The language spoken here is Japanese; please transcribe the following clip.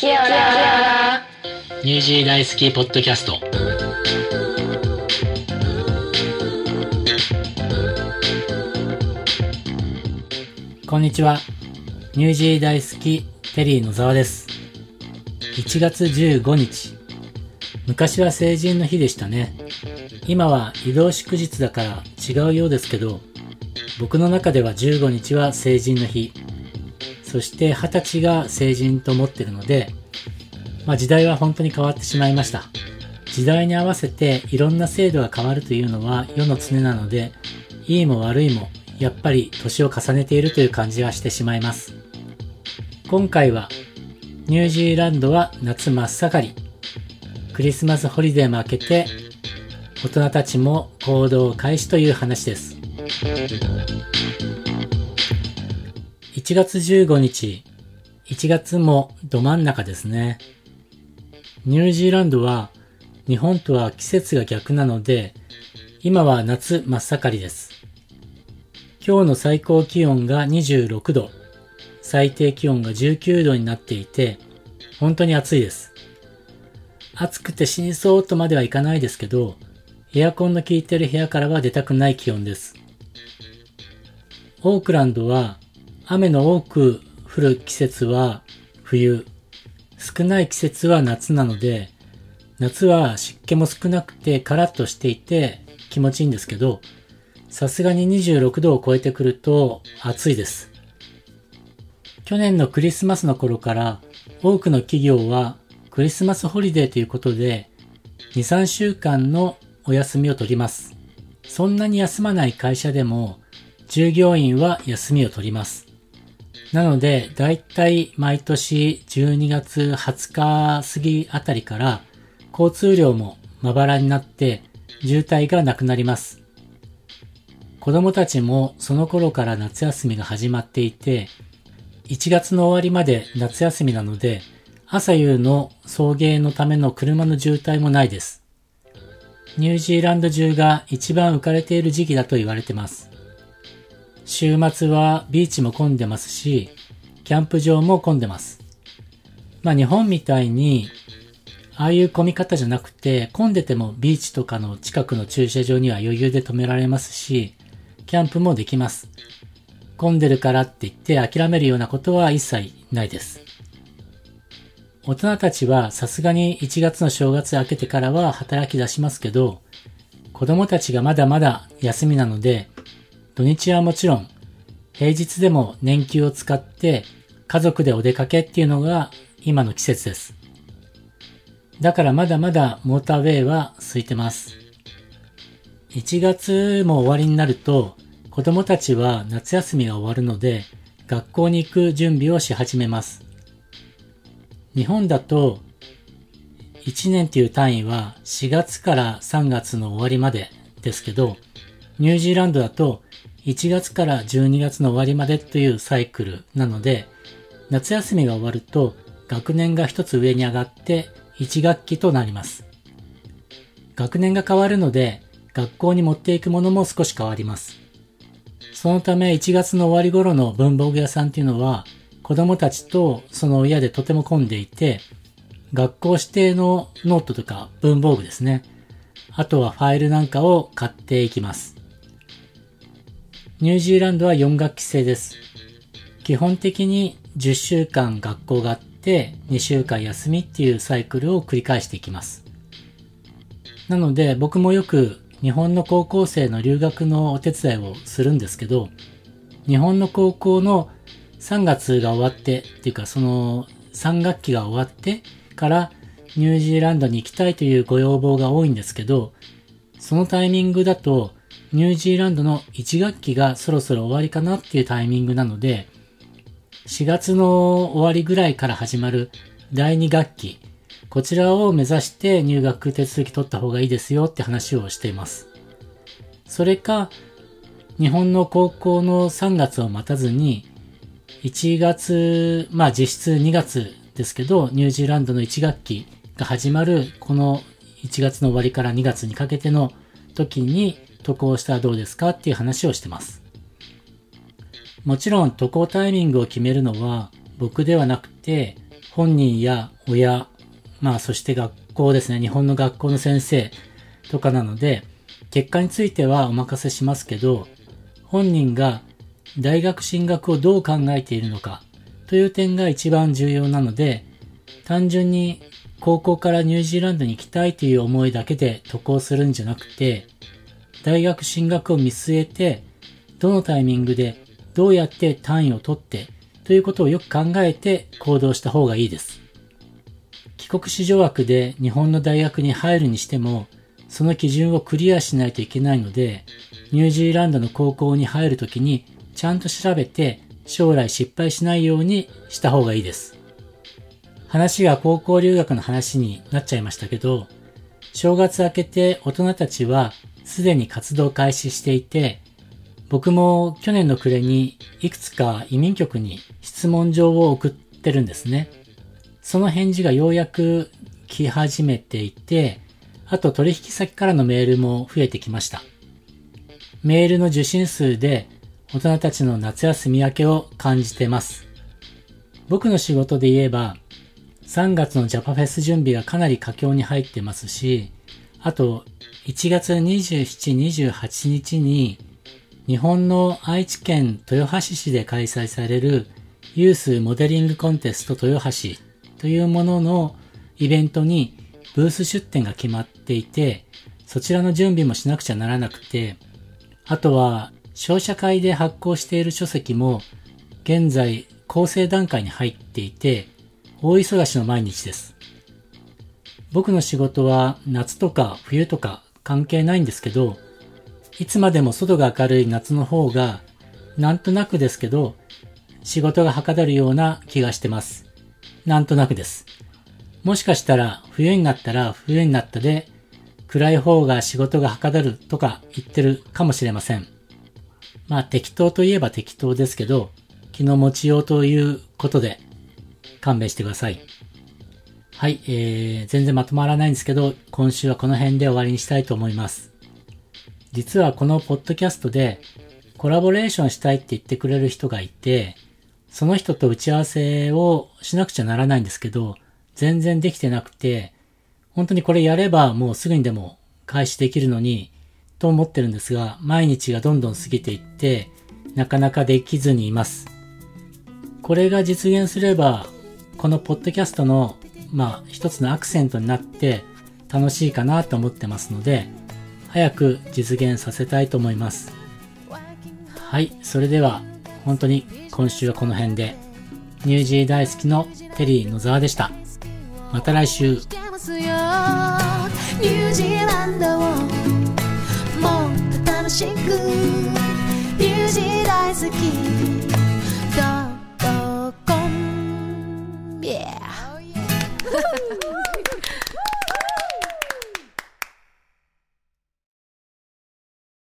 キオラニュージー大好きポッドキャスト。こんにちは。ニュージー大好きテリー野沢です。1月15日。昔は成人の日でしたね。今は移動祝日だから違うようですけど、僕の中では15日は成人の日。そして20歳が成人と思ってるので、時代は本当に変わってしまいました。時代に合わせていろんな制度が変わるというのは世の常なので、いいも悪いもやっぱり年を重ねているという感じはしてしまいます。今回はニュージーランドは夏真っ盛り。クリスマスホリデーも明けて大人たちも行動開始という話です。1月15日、1月もど真ん中ですね。ニュージーランドは日本とは季節が逆なので、今は夏真っ盛りです。今日の最高気温が26度、最低気温が19度になっていて、本当に暑いです。暑くて死にそうとまではいかないですけど、エアコンの効いている部屋からは出たくない気温です。オークランドは雨の多く降る季節は冬、少ない季節は夏なので、夏は湿気も少なくてカラッとしていて気持ちいいんですけど、さすがに26度を超えてくると暑いです。去年のクリスマスの頃から多くの企業はクリスマスホリデーということで 2,3 週間のお休みを取ります。そんなに休まない会社でも従業員は休みを取ります。なので、だいたい毎年12月20日過ぎあたりから交通量もまばらになって渋滞がなくなります。子供たちもその頃から夏休みが始まっていて、1月の終わりまで夏休みなので、朝夕の送迎のための車の渋滞もないです。ニュージーランド中が一番浮かれている時期だと言われてます。週末はビーチも混んでますし、キャンプ場も混んでます。日本みたいに、ああいう混み方じゃなくて、混んでてもビーチとかの近くの駐車場には余裕で止められますし、キャンプもできます。混んでるからって言って諦めるようなことは一切ないです。大人たちはさすがに1月の正月明けてからは働き出しますけど、子供たちがまだまだ休みなので、土日はもちろん、平日でも年休を使って家族でお出かけっていうのが今の季節です。だからまだまだモーターウェイは空いてます。1月も終わりになると子供たちは夏休みが終わるので学校に行く準備をし始めます。日本だと1年という単位は4月から3月の終わりまでですけど、ニュージーランドだと1月から12月の終わりまでというサイクルなので、夏休みが終わると学年が一つ上に上がって1学期となります。学年が変わるので学校に持っていくものも少し変わります。そのため1月の終わり頃の文房具屋さんっていうのは子供たちとその親でとても混んでいて、学校指定のノートとか文房具ですね。あとはファイルなんかを買っていきます。ニュージーランドは4学期制です。基本的に10週間学校があって2週間休みっていうサイクルを繰り返していきます。なので僕もよく日本の高校生の留学のお手伝いをするんですけど、日本の高校の3月が終わってっていうかその3学期が終わってからニュージーランドに行きたいというご要望が多いんですけど、そのタイミングだとニュージーランドの1学期がそろそろ終わりかなっていうタイミングなので、4月の終わりぐらいから始まる第2学期、こちらを目指して入学手続き取った方がいいですよって話をしています。それか、日本の高校の3月を待たずに、1月、実質2月ですけど、ニュージーランドの1学期が始まるこの1月の終わりから2月にかけての時に渡航したらどうですかっていう話をしてます。もちろん渡航タイミングを決めるのは僕ではなくて本人や親、そして学校ですね、日本の学校の先生とかなので、結果についてはお任せしますけど、本人が大学進学をどう考えているのかという点が一番重要なので、単純に高校からニュージーランドに行きたいという思いだけで渡航するんじゃなくて、大学進学を見据えて、どのタイミングでどうやって単位を取ってということをよく考えて行動した方がいいです。帰国子女枠で日本の大学に入るにしても、その基準をクリアしないといけないので、ニュージーランドの高校に入るときにちゃんと調べて将来失敗しないようにした方がいいです。話が高校留学の話になっちゃいましたけど、正月明けて大人たちはすでに活動開始していて、僕も去年の暮れにいくつか移民局に質問状を送ってるんですね。その返事がようやく来始めていて、あと取引先からのメールも増えてきました。メールの受信数で大人たちの夏休み明けを感じてます。僕の仕事で言えば、3月のジャパフェス準備がかなり佳境に入ってますし、あと1月27、28日に日本の愛知県豊橋市で開催されるユースモデリングコンテスト豊橋というもののイベントにブース出展が決まっていて、そちらの準備もしなくちゃならなくて、あとは商社会で発行している書籍も現在構成段階に入っていて、大忙しの毎日です。僕の仕事は夏とか冬とか関係ないんですけど、いつまでも外が明るい夏の方がなんとなくですけど仕事がはかどるような気がしてます。なんとなくです。もしかしたら冬になったら冬になったで暗い方が仕事がはかどるとか言ってるかもしれません。適当といえば適当ですけど、気の持ちようということで勘弁してください。はい、全然まとまらないんですけど、今週はこの辺で終わりにしたいと思います。実はこのポッドキャストでコラボレーションしたいって言ってくれる人がいて、その人と打ち合わせをしなくちゃならないんですけど、全然できてなくて、本当にこれやればもうすぐにでも開始できるのにと思ってるんですが、毎日がどんどん過ぎていってなかなかできずにいます。これが実現すれば、このポッドキャストの一つのアクセントになって楽しいかなと思ってますので、早く実現させたいと思います。はい、それでは本当に今週はこの辺で。ニュージー大好きのテリー野沢でした。また来週。ニュージーランドをもっと楽しく、ニュージー大好き